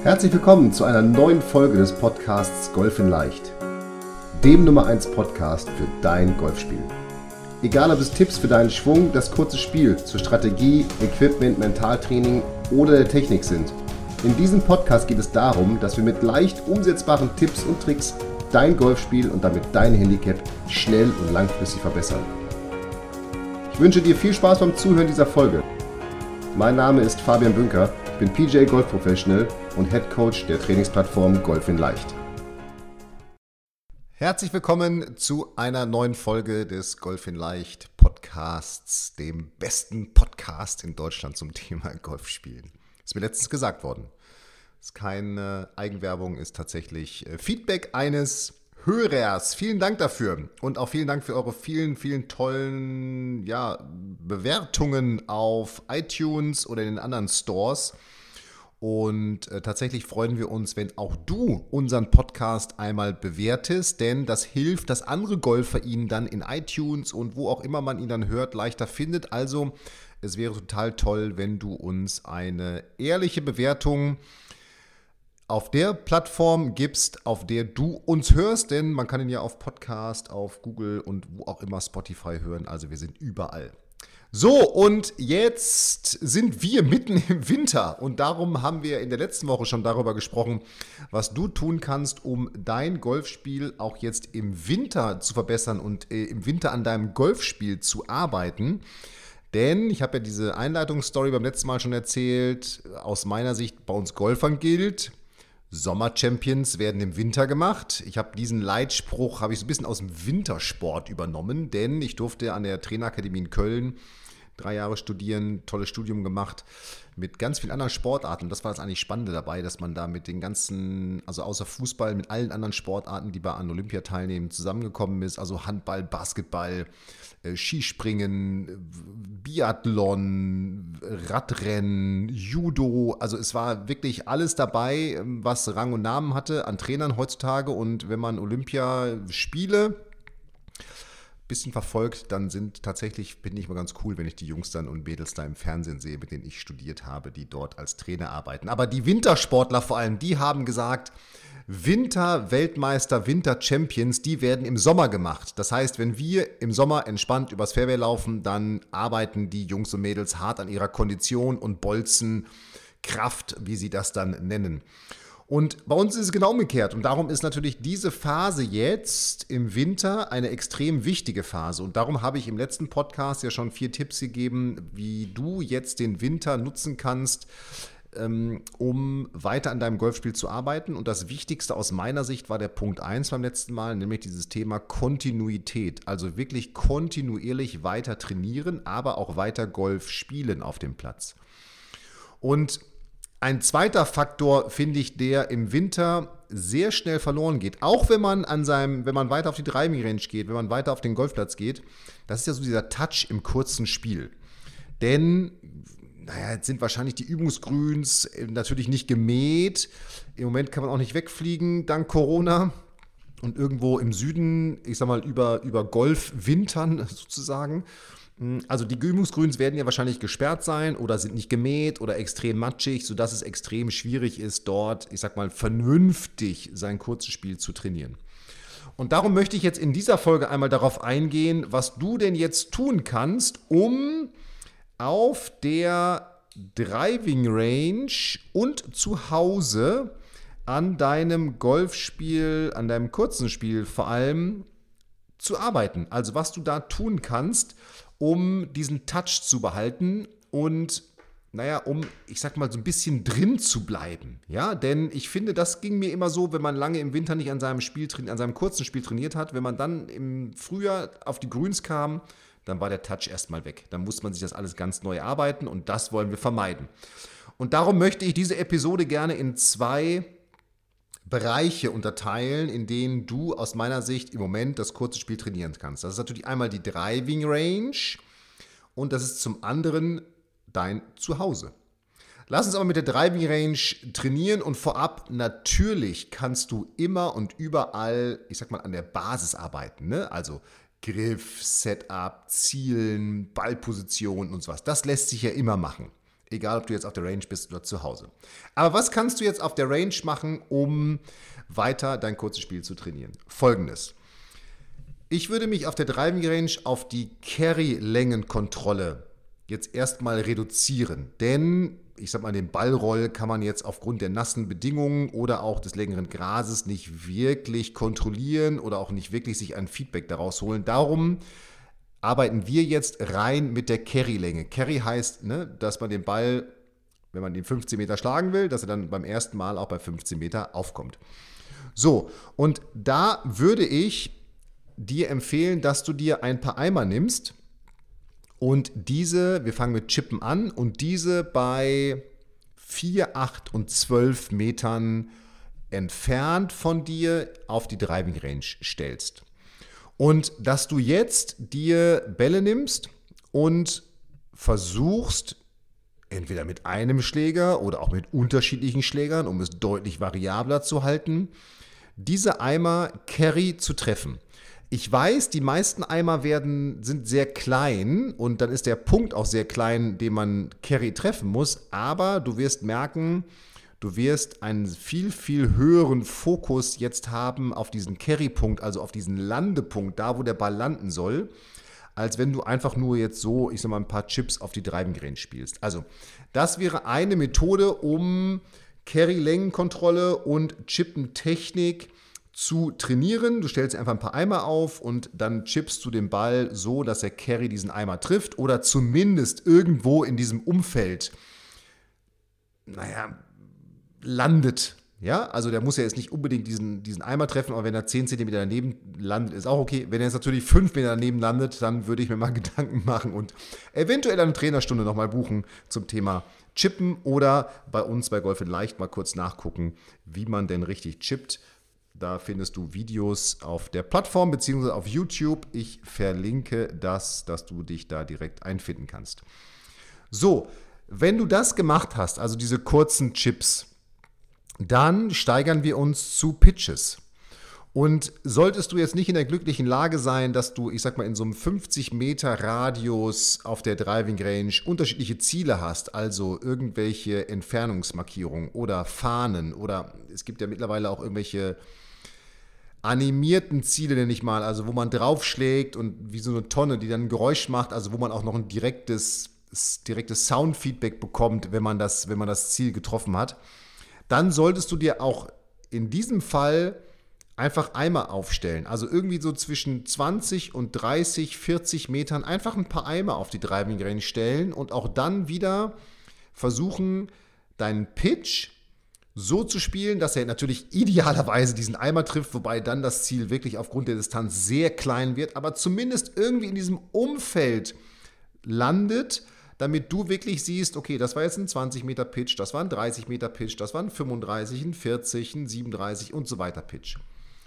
Herzlich willkommen zu einer neuen Folge des Podcasts Golf in Leicht, dem Nummer 1 Podcast für dein Golfspiel. Egal ob es Tipps für deinen Schwung, das kurze Spiel, zur Strategie, Equipment, Mentaltraining oder der Technik sind. In diesem Podcast geht es darum, dass wir mit leicht umsetzbaren Tipps und Tricks dein Golfspiel und damit dein Handicap schnell und langfristig verbessern. Ich wünsche dir viel Spaß beim Zuhören dieser Folge. Mein Name ist Fabian Bünker, ich bin PGA Golf Professional und Head Coach der Trainingsplattform Golf in Leicht. Herzlich willkommen zu einer neuen Folge des Golf in Leicht Podcasts, dem besten Podcast in Deutschland zum Thema Golfspielen. Ist mir letztens gesagt worden. Ist keine Eigenwerbung, ist tatsächlich Feedback eines Hörers. Vielen Dank dafür und auch vielen Dank für eure vielen tollen Bewertungen auf iTunes oder in den anderen Stores. Und tatsächlich freuen wir uns, wenn auch du unseren Podcast einmal bewertest, denn das hilft, dass andere Golfer ihn dann in iTunes und wo auch immer man ihn dann hört, leichter findet. Also es wäre total toll, wenn du uns eine ehrliche Bewertung auf der Plattform gibst, auf der du uns hörst, denn man kann ihn ja auf Podcast, auf Google und wo auch immer Spotify hören, also wir sind überall. So, und jetzt sind wir mitten im Winter und darum haben wir in der letzten Woche schon darüber gesprochen, was du tun kannst, um dein Golfspiel auch jetzt im Winter zu verbessern und im Winter an deinem Golfspiel zu arbeiten. Denn ich habe ja diese Einleitungsstory beim letzten Mal schon erzählt, aus meiner Sicht bei uns Golfern gilt, Sommer-Champions werden im Winter gemacht. Ich habe diesen Leitspruch, so ein bisschen aus dem Wintersport übernommen, denn ich durfte an der Trainerakademie in Köln 3 Jahre studieren, tolles Studium gemacht mit ganz vielen anderen Sportarten. Das war das eigentlich Spannende dabei, dass man da mit den ganzen, also außer Fußball, mit allen anderen Sportarten, die an Olympia teilnehmen, zusammengekommen ist. Also Handball, Basketball, Skispringen, Biathlon, Radrennen, Judo. Also es war wirklich alles dabei, was Rang und Namen hatte an Trainern heutzutage. Und wenn man Olympiaspiele bisschen verfolgt, dann finde ich mal ganz cool, wenn ich die Jungs dann und Mädels da im Fernsehen sehe, mit denen ich studiert habe, die dort als Trainer arbeiten. Aber die Wintersportler vor allem, die haben gesagt, Winter-Weltmeister, Winter-Champions, die werden im Sommer gemacht. Das heißt, wenn wir im Sommer entspannt übers Fairway laufen, dann arbeiten die Jungs und Mädels hart an ihrer Kondition und Bolzenkraft, wie sie das dann nennen. Und bei uns ist es genau umgekehrt und darum ist natürlich diese Phase jetzt im Winter eine extrem wichtige Phase und darum habe ich im letzten Podcast ja schon 4 Tipps gegeben, wie du jetzt den Winter nutzen kannst, um weiter an deinem Golfspiel zu arbeiten und das Wichtigste aus meiner Sicht war der Punkt 1 beim letzten Mal, nämlich dieses Thema Kontinuität, also wirklich kontinuierlich weiter trainieren, aber auch weiter Golf spielen auf dem Platz. Und ein zweiter Faktor, finde ich, der im Winter sehr schnell verloren geht, auch wenn man weiter auf die Driving Range geht, wenn man weiter auf den Golfplatz geht, das ist ja so dieser Touch im kurzen Spiel. Denn, jetzt sind wahrscheinlich die Übungsgrüns natürlich nicht gemäht, im Moment kann man auch nicht wegfliegen, dank Corona. Und irgendwo im Süden, ich sag mal, über Golf wintern sozusagen. Also die Übungsgrüns werden ja wahrscheinlich gesperrt sein oder sind nicht gemäht oder extrem matschig, sodass es extrem schwierig ist, dort, ich sag mal, vernünftig sein kurzes Spiel zu trainieren. Und darum möchte ich jetzt in dieser Folge einmal darauf eingehen, was du denn jetzt tun kannst, um auf der Driving Range und zu Hause an deinem Golfspiel, an deinem kurzen Spiel vor allem zu arbeiten. Also was du da tun kannst, um diesen Touch zu behalten und, ich sag mal, so ein bisschen drin zu bleiben. Ja, denn ich finde, das ging mir immer so, wenn man lange im Winter nicht an seinem kurzen Spiel trainiert hat, wenn man dann im Frühjahr auf die Grüns kam, dann war der Touch erstmal weg. Dann musste man sich das alles ganz neu erarbeiten und das wollen wir vermeiden. Und darum möchte ich diese Episode gerne in 2 Bereiche unterteilen, in denen du aus meiner Sicht im Moment das kurze Spiel trainieren kannst. Das ist natürlich einmal die Driving Range und das ist zum anderen dein Zuhause. Lass uns aber mit der Driving Range trainieren und vorab, natürlich kannst du immer und überall, ich sag mal, an der Basis arbeiten, ne? Also Griff, Setup, Zielen, Ballposition und sowas. Das lässt sich ja immer machen. Egal, ob du jetzt auf der Range bist oder zu Hause. Aber was kannst du jetzt auf der Range machen, um weiter dein kurzes Spiel zu trainieren? Folgendes. Ich würde mich auf der Driving Range auf die Carry-Längenkontrolle jetzt erstmal reduzieren. Denn, ich sag mal, den Ballroll kann man jetzt aufgrund der nassen Bedingungen oder auch des längeren Grases nicht wirklich kontrollieren oder auch nicht wirklich sich ein Feedback daraus holen. Darum arbeiten wir jetzt rein mit der Carry-Länge. Carry heißt, dass man den Ball, wenn man den 15 Meter schlagen will, dass er dann beim ersten Mal auch bei 15 Meter aufkommt. So, und da würde ich dir empfehlen, dass du dir ein paar Eimer nimmst und diese, wir fangen mit Chippen an, und diese bei 4, 8 und 12 Metern entfernt von dir auf die Driving Range stellst. Und dass du jetzt dir Bälle nimmst und versuchst, entweder mit einem Schläger oder auch mit unterschiedlichen Schlägern, um es deutlich variabler zu halten, diese Eimer Carry zu treffen. Ich weiß, die meisten Eimer sind sehr klein und dann ist der Punkt auch sehr klein, den man Carry treffen muss, aber du wirst merken, du wirst einen viel, viel höheren Fokus jetzt haben auf diesen Carry-Punkt, also auf diesen Landepunkt, da wo der Ball landen soll, als wenn du einfach nur jetzt so, ich sag mal, ein paar Chips auf die Driving Range spielst. Also, das wäre eine Methode, um Carry-Längenkontrolle und Chippentechnik zu trainieren. Du stellst einfach ein paar Eimer auf und dann chippst du den Ball so, dass der Carry diesen Eimer trifft oder zumindest irgendwo in diesem Umfeld, landet. Ja, also der muss ja jetzt nicht unbedingt diesen Eimer treffen, aber wenn er 10 cm daneben landet, ist auch okay. Wenn er jetzt natürlich 5 Meter daneben landet, dann würde ich mir mal Gedanken machen und eventuell eine Trainerstunde nochmal buchen zum Thema Chippen oder bei uns bei Golf in Leicht mal kurz nachgucken, wie man denn richtig chippt. Da findest du Videos auf der Plattform bzw. auf YouTube. Ich verlinke das, dass du dich da direkt einfinden kannst. So, wenn du das gemacht hast, also diese kurzen Chips, dann steigern wir uns zu Pitches. Und solltest du jetzt nicht in der glücklichen Lage sein, dass du, ich sag mal, in so einem 50 Meter Radius auf der Driving Range unterschiedliche Ziele hast, also irgendwelche Entfernungsmarkierungen oder Fahnen oder es gibt ja mittlerweile auch irgendwelche animierten Ziele, nenne ich mal, also wo man draufschlägt und wie so eine Tonne, die dann ein Geräusch macht, also wo man auch noch ein direktes Soundfeedback bekommt, wenn man das Ziel getroffen hat, dann solltest du dir auch in diesem Fall einfach Eimer aufstellen. Also irgendwie so zwischen 20 und 30, 40 Metern einfach ein paar Eimer auf die Driving Range stellen und auch dann wieder versuchen, deinen Pitch so zu spielen, dass er natürlich idealerweise diesen Eimer trifft, wobei dann das Ziel wirklich aufgrund der Distanz sehr klein wird, aber zumindest irgendwie in diesem Umfeld landet, damit du wirklich siehst, okay, das war jetzt ein 20 Meter Pitch, das war ein 30 Meter Pitch, das war ein 35, ein 40, ein 37 und so weiter Pitch.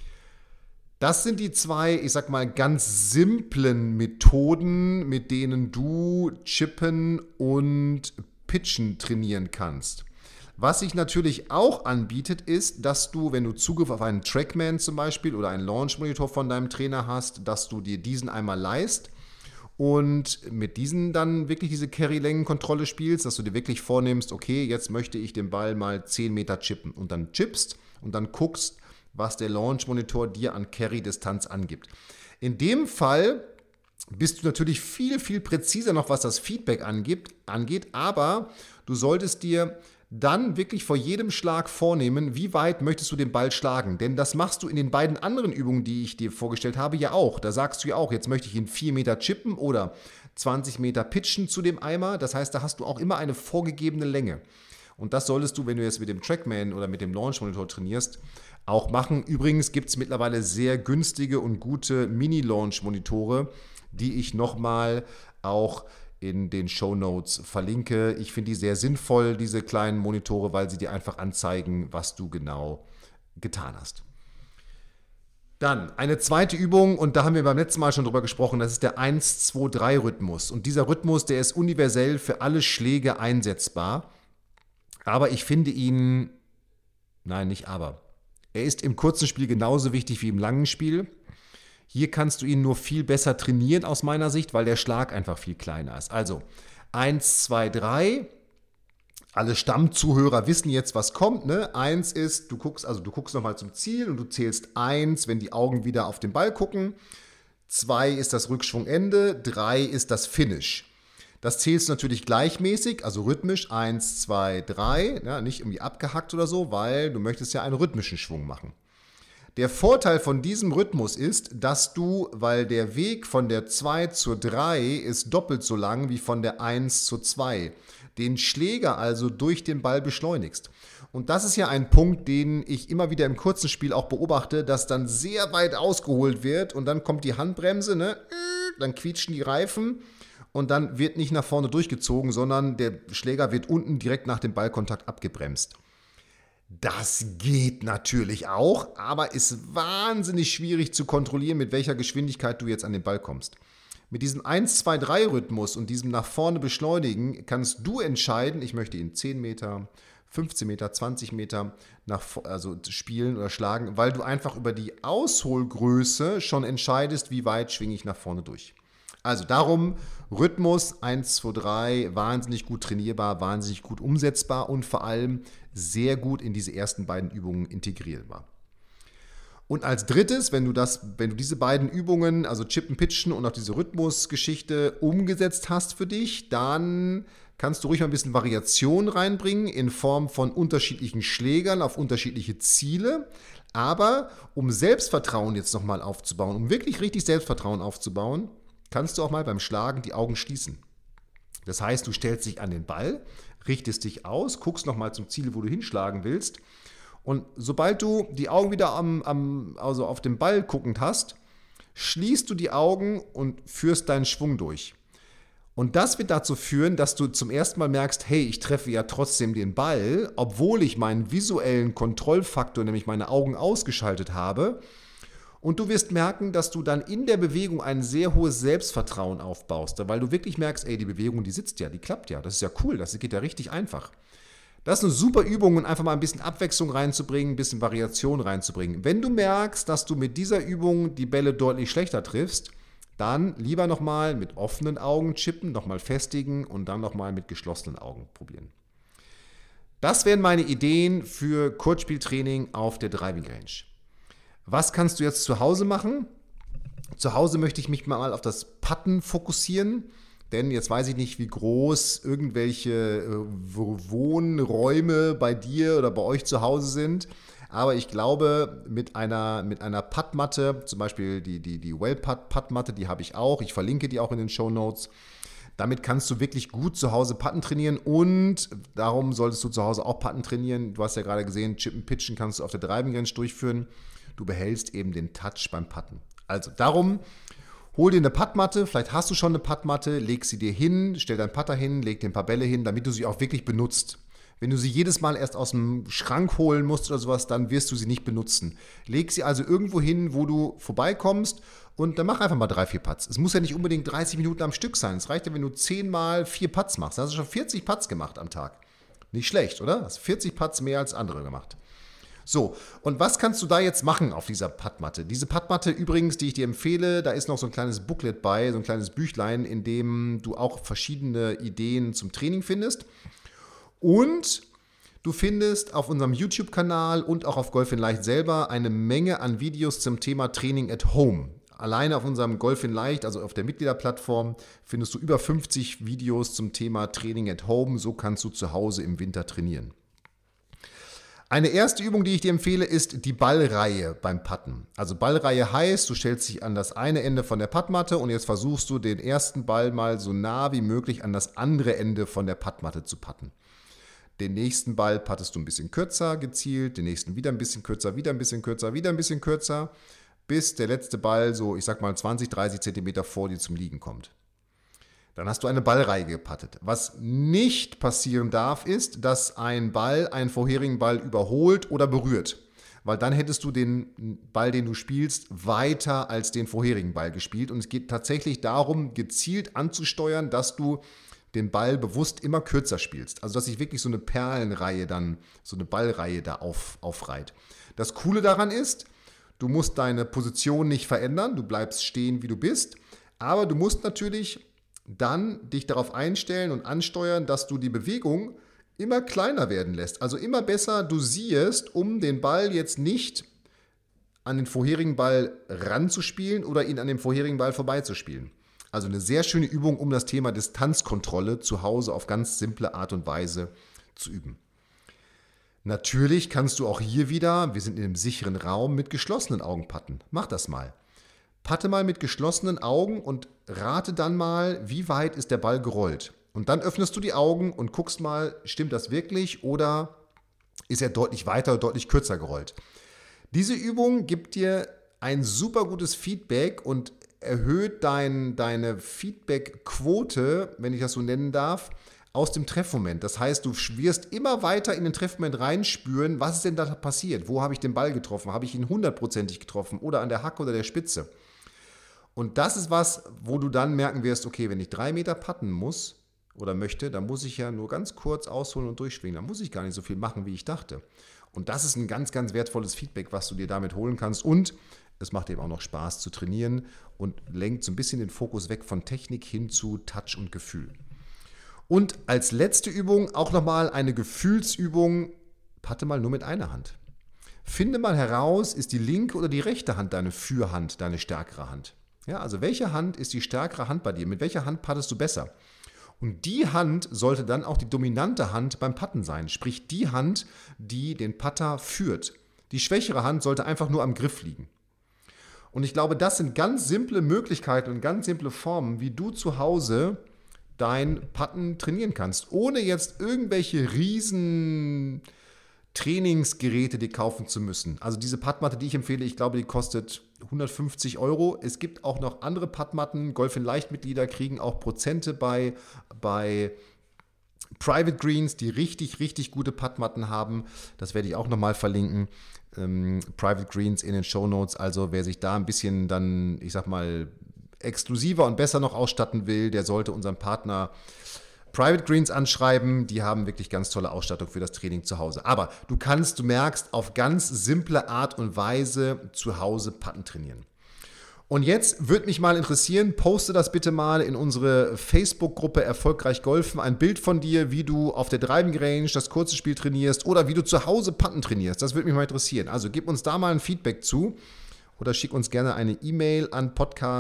Das sind die zwei, ich sag mal, ganz simplen Methoden, mit denen du Chippen und Pitchen trainieren kannst. Was sich natürlich auch anbietet, ist, dass du, wenn du Zugriff auf einen Trackman zum Beispiel oder einen Launch-Monitor von deinem Trainer hast, dass du dir diesen einmal leihst und mit diesen dann wirklich diese Carry-Längenkontrolle spielst, dass du dir wirklich vornimmst, okay, jetzt möchte ich den Ball mal 10 Meter chippen und dann chippst und dann guckst, was der Launch-Monitor dir an Carry-Distanz angibt. In dem Fall bist du natürlich viel, viel präziser noch, was das Feedback angeht, aber du solltest dir dann wirklich vor jedem Schlag vornehmen, wie weit möchtest du den Ball schlagen. Denn das machst du in den beiden anderen Übungen, die ich dir vorgestellt habe, ja auch. Da sagst du ja auch, jetzt möchte ich ihn 4 Meter chippen oder 20 Meter pitchen zu dem Eimer. Das heißt, da hast du auch immer eine vorgegebene Länge. Und das solltest du, wenn du jetzt mit dem Trackman oder mit dem Launch Monitor trainierst, auch machen. Übrigens gibt es mittlerweile sehr günstige und gute Mini-Launch-Monitore, die ich nochmal auch in den Shownotes verlinke. Ich finde die sehr sinnvoll, diese kleinen Monitore, weil sie dir einfach anzeigen, was du genau getan hast. Dann eine zweite Übung, und da haben wir beim letzten Mal schon drüber gesprochen, das ist der 1-2-3-Rhythmus. Und dieser Rhythmus, der ist universell für alle Schläge einsetzbar. Aber ich finde ihn, nein, nicht aber. Er ist im kurzen Spiel genauso wichtig wie im langen Spiel. Hier kannst du ihn nur viel besser trainieren aus meiner Sicht, weil der Schlag einfach viel kleiner ist. Also 1, 2, 3 Alle Stammzuhörer wissen jetzt, was kommt. Ne? 1 ist, du guckst nochmal zum Ziel und du zählst 1, wenn die Augen wieder auf den Ball gucken. 2 ist das Rückschwungende, 3 ist das Finish. Das zählst du natürlich gleichmäßig, also rhythmisch, 1, 2, 3, ja, nicht irgendwie abgehackt oder so, weil du möchtest ja einen rhythmischen Schwung machen. Der Vorteil von diesem Rhythmus ist, dass du, weil der Weg von der 2 zur 3 ist doppelt so lang wie von der 1 zur 2, den Schläger also durch den Ball beschleunigst. Und das ist ja ein Punkt, den ich immer wieder im kurzen Spiel auch beobachte, dass dann sehr weit ausgeholt wird und dann kommt die Handbremse, ne? Dann quietschen die Reifen und dann wird nicht nach vorne durchgezogen, sondern der Schläger wird unten direkt nach dem Ballkontakt abgebremst. Das geht natürlich auch, aber ist wahnsinnig schwierig zu kontrollieren, mit welcher Geschwindigkeit du jetzt an den Ball kommst. Mit diesem 1-2-3-Rhythmus und diesem nach vorne beschleunigen kannst du entscheiden, ich möchte ihn 10 Meter, 15 Meter, 20 Meter spielen oder schlagen, weil du einfach über die Ausholgröße schon entscheidest, wie weit schwinge ich nach vorne durch. Also darum Rhythmus 1, 2, 3, wahnsinnig gut trainierbar, wahnsinnig gut umsetzbar und vor allem sehr gut in diese ersten beiden Übungen integrierbar. Und als drittes, wenn du diese beiden Übungen, also Chippen, Pitchen und auch diese Rhythmusgeschichte umgesetzt hast für dich, dann kannst du ruhig mal ein bisschen Variation reinbringen in Form von unterschiedlichen Schlägern auf unterschiedliche Ziele. Aber um Selbstvertrauen jetzt nochmal aufzubauen, um wirklich richtig Selbstvertrauen aufzubauen, kannst du auch mal beim Schlagen die Augen schließen. Das heißt, du stellst dich an den Ball, richtest dich aus, guckst nochmal zum Ziel, wo du hinschlagen willst. Und sobald du die Augen wieder also auf den Ball guckend hast, schließt du die Augen und führst deinen Schwung durch. Und das wird dazu führen, dass du zum ersten Mal merkst, hey, ich treffe ja trotzdem den Ball, obwohl ich meinen visuellen Kontrollfaktor, nämlich meine Augen, ausgeschaltet habe. Und du wirst merken, dass du dann in der Bewegung ein sehr hohes Selbstvertrauen aufbaust, weil du wirklich merkst, ey, die Bewegung, die sitzt ja, die klappt ja, das ist ja cool, das geht ja richtig einfach. Das ist eine super Übung, um einfach mal ein bisschen Abwechslung reinzubringen, ein bisschen Variation reinzubringen. Wenn du merkst, dass du mit dieser Übung die Bälle deutlich schlechter triffst, dann lieber nochmal mit offenen Augen chippen, nochmal festigen und dann nochmal mit geschlossenen Augen probieren. Das wären meine Ideen für Kurzspieltraining auf der Driving Range. Was kannst du jetzt zu Hause machen? Zu Hause möchte ich mich mal auf das Putten fokussieren, denn jetzt weiß ich nicht, wie groß irgendwelche Wohnräume bei dir oder bei euch zu Hause sind, aber ich glaube, mit einer Puttmatte, zum Beispiel die Well-Putt-Puttmatte, die habe ich auch, ich verlinke die auch in den Shownotes. Damit kannst du wirklich gut zu Hause Putten trainieren und darum solltest du zu Hause auch Putten trainieren. Du hast ja gerade gesehen, Chippen, Pitchen kannst du auf der Driving Range durchführen. Du behältst eben den Touch beim Putten. Also darum, hol dir eine Puttmatte, vielleicht hast du schon eine Puttmatte, leg sie dir hin, stell deinen Putter hin, leg dir ein paar Bälle hin, damit du sie auch wirklich benutzt. Wenn du sie jedes Mal erst aus dem Schrank holen musst oder sowas, dann wirst du sie nicht benutzen. Leg sie also irgendwo hin, wo du vorbeikommst und dann mach einfach mal 3, 4 Putts. Es muss ja nicht unbedingt 30 Minuten am Stück sein. Es reicht ja, wenn du 10 mal 4 Putts machst. Dann hast du schon 40 Putts gemacht am Tag. Nicht schlecht, oder? Hast 40 Putts mehr als andere gemacht. So, und was kannst du da jetzt machen auf dieser Puttmatte? Diese Puttmatte übrigens, die ich dir empfehle, da ist noch so ein kleines Booklet bei, so ein kleines Büchlein, in dem du auch verschiedene Ideen zum Training findest. Und du findest auf unserem YouTube-Kanal und auch auf Golf in Leicht selber eine Menge an Videos zum Thema Training at Home. Alleine auf unserem Golf in Leicht, also auf der Mitgliederplattform, findest du über 50 Videos zum Thema Training at Home. So kannst du zu Hause im Winter trainieren. Eine erste Übung, die ich dir empfehle, ist die Ballreihe beim Putten. Also Ballreihe heißt, du stellst dich an das eine Ende von der Puttmatte und jetzt versuchst du den ersten Ball mal so nah wie möglich an das andere Ende von der Puttmatte zu putten. Den nächsten Ball puttest du ein bisschen kürzer gezielt, den nächsten wieder ein bisschen kürzer, wieder ein bisschen kürzer, wieder ein bisschen kürzer, bis der letzte Ball so, ich sag mal 20, 30 Zentimeter vor dir zum Liegen kommt. Dann hast du eine Ballreihe geputtet. Was nicht passieren darf, ist, dass ein Ball einen vorherigen Ball überholt oder berührt. Weil dann hättest du den Ball, den du spielst, weiter als den vorherigen Ball gespielt. Und es geht tatsächlich darum, gezielt anzusteuern, dass du den Ball bewusst immer kürzer spielst. Also dass sich wirklich so eine Perlenreihe dann, so eine Ballreihe da aufreiht. Das Coole daran ist, du musst deine Position nicht verändern, du bleibst stehen, wie du bist, aber du musst natürlich dann dich darauf einstellen und ansteuern, dass du die Bewegung immer kleiner werden lässt. Also immer besser dosierst, um den Ball jetzt nicht an den vorherigen Ball ranzuspielen oder ihn an dem vorherigen Ball vorbeizuspielen. Also eine sehr schöne Übung, um das Thema Distanzkontrolle zu Hause auf ganz simple Art und Weise zu üben. Natürlich kannst du auch hier wieder, wir sind in einem sicheren Raum, mit geschlossenen Augen putten. Mach das mal. Putte mal mit geschlossenen Augen und rate dann mal, wie weit ist der Ball gerollt. Und dann öffnest du die Augen und guckst mal, stimmt das wirklich oder ist er deutlich weiter oder deutlich kürzer gerollt. Diese Übung gibt dir ein super gutes Feedback und erhöht deine Feedback-Quote, wenn ich das so nennen darf, aus dem Treffmoment. Das heißt, du wirst immer weiter in den Treffmoment reinspüren, was ist denn da passiert? Wo habe ich den Ball getroffen? Habe ich ihn 100%ig getroffen oder an der Hacke oder der Spitze? Und das ist was, wo du dann merken wirst, okay, wenn ich 3 Meter putten muss oder möchte, dann muss ich ja nur ganz kurz ausholen und durchschwingen. Dann muss ich gar nicht so viel machen, wie ich dachte. Und das ist ein ganz, ganz wertvolles Feedback, was du dir damit holen kannst. Und es macht eben auch noch Spaß zu trainieren und lenkt so ein bisschen den Fokus weg von Technik hin zu Touch und Gefühl. Und als letzte Übung auch nochmal eine Gefühlsübung, putte mal nur mit einer Hand. Finde mal heraus, ist die linke oder die rechte Hand deine Fürhand, deine stärkere Hand? Ja, also welche Hand ist die stärkere Hand bei dir? Mit welcher Hand puttest du besser? Und die Hand sollte dann auch die dominante Hand beim Putten sein, sprich die Hand, die den Putter führt. Die schwächere Hand sollte einfach nur am Griff liegen. Und ich glaube, das sind ganz simple Möglichkeiten und ganz simple Formen, wie du zu Hause dein Putten trainieren kannst, ohne jetzt irgendwelche riesen Trainingsgeräte dir kaufen zu müssen. Also diese Puttmatte, die ich empfehle, ich glaube, die kostet 150 Euro. Es gibt auch noch andere Puttmatten. Golf in Leicht-Mitglieder kriegen auch Prozente bei Private Greens, die richtig, richtig gute Puttmatten haben. Das werde ich auch nochmal verlinken. Private Greens in den Shownotes. Also wer sich da ein bisschen dann, ich sag mal, exklusiver und besser noch ausstatten will, der sollte unseren Partner Private Greens anschreiben. Die haben wirklich ganz tolle Ausstattung für das Training zu Hause. Aber du merkst, auf ganz simple Art und Weise zu Hause Putten trainieren. Und jetzt würde mich mal interessieren, poste das bitte mal in unsere Facebook-Gruppe Erfolgreich Golfen, ein Bild von dir, wie du auf der Driving Range das kurze Spiel trainierst oder wie du zu Hause Putten trainierst. Das würde mich mal interessieren. Also gib uns da mal ein Feedback zu oder schick uns gerne eine E-Mail an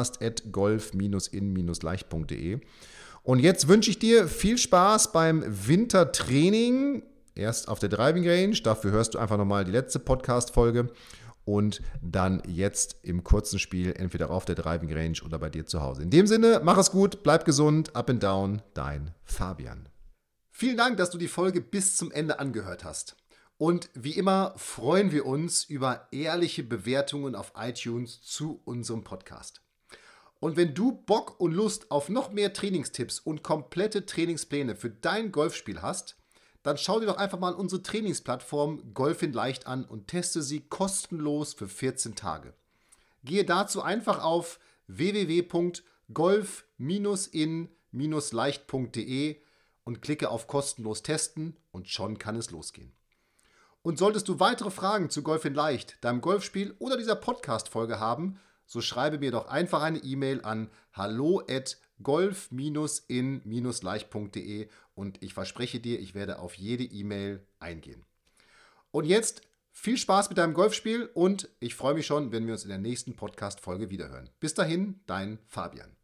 podcast@golf-in-leicht.de. Und jetzt wünsche ich dir viel Spaß beim Wintertraining. Erst auf der Driving Range, dafür hörst du einfach nochmal die letzte Podcast-Folge. Und dann jetzt im kurzen Spiel, entweder auf der Driving Range oder bei dir zu Hause. In dem Sinne, mach es gut, bleib gesund, up and down, dein Fabian. Vielen Dank, dass du die Folge bis zum Ende angehört hast. Und wie immer freuen wir uns über ehrliche Bewertungen auf iTunes zu unserem Podcast. Und wenn du Bock und Lust auf noch mehr Trainingstipps und komplette Trainingspläne für dein Golfspiel hast, dann schau dir doch einfach mal unsere Trainingsplattform Golf in Leicht an und teste sie kostenlos für 14 Tage. Gehe dazu einfach auf www.golf-in-leicht.de und klicke auf kostenlos testen und schon kann es losgehen. Und solltest du weitere Fragen zu Golf in Leicht, deinem Golfspiel oder dieser Podcast-Folge haben, so schreibe mir doch einfach eine E-Mail an hallo@golf-in-leicht.de und ich verspreche dir, ich werde auf jede E-Mail eingehen. Und jetzt viel Spaß mit deinem Golfspiel und ich freue mich schon, wenn wir uns in der nächsten Podcast-Folge wiederhören. Bis dahin, dein Fabian.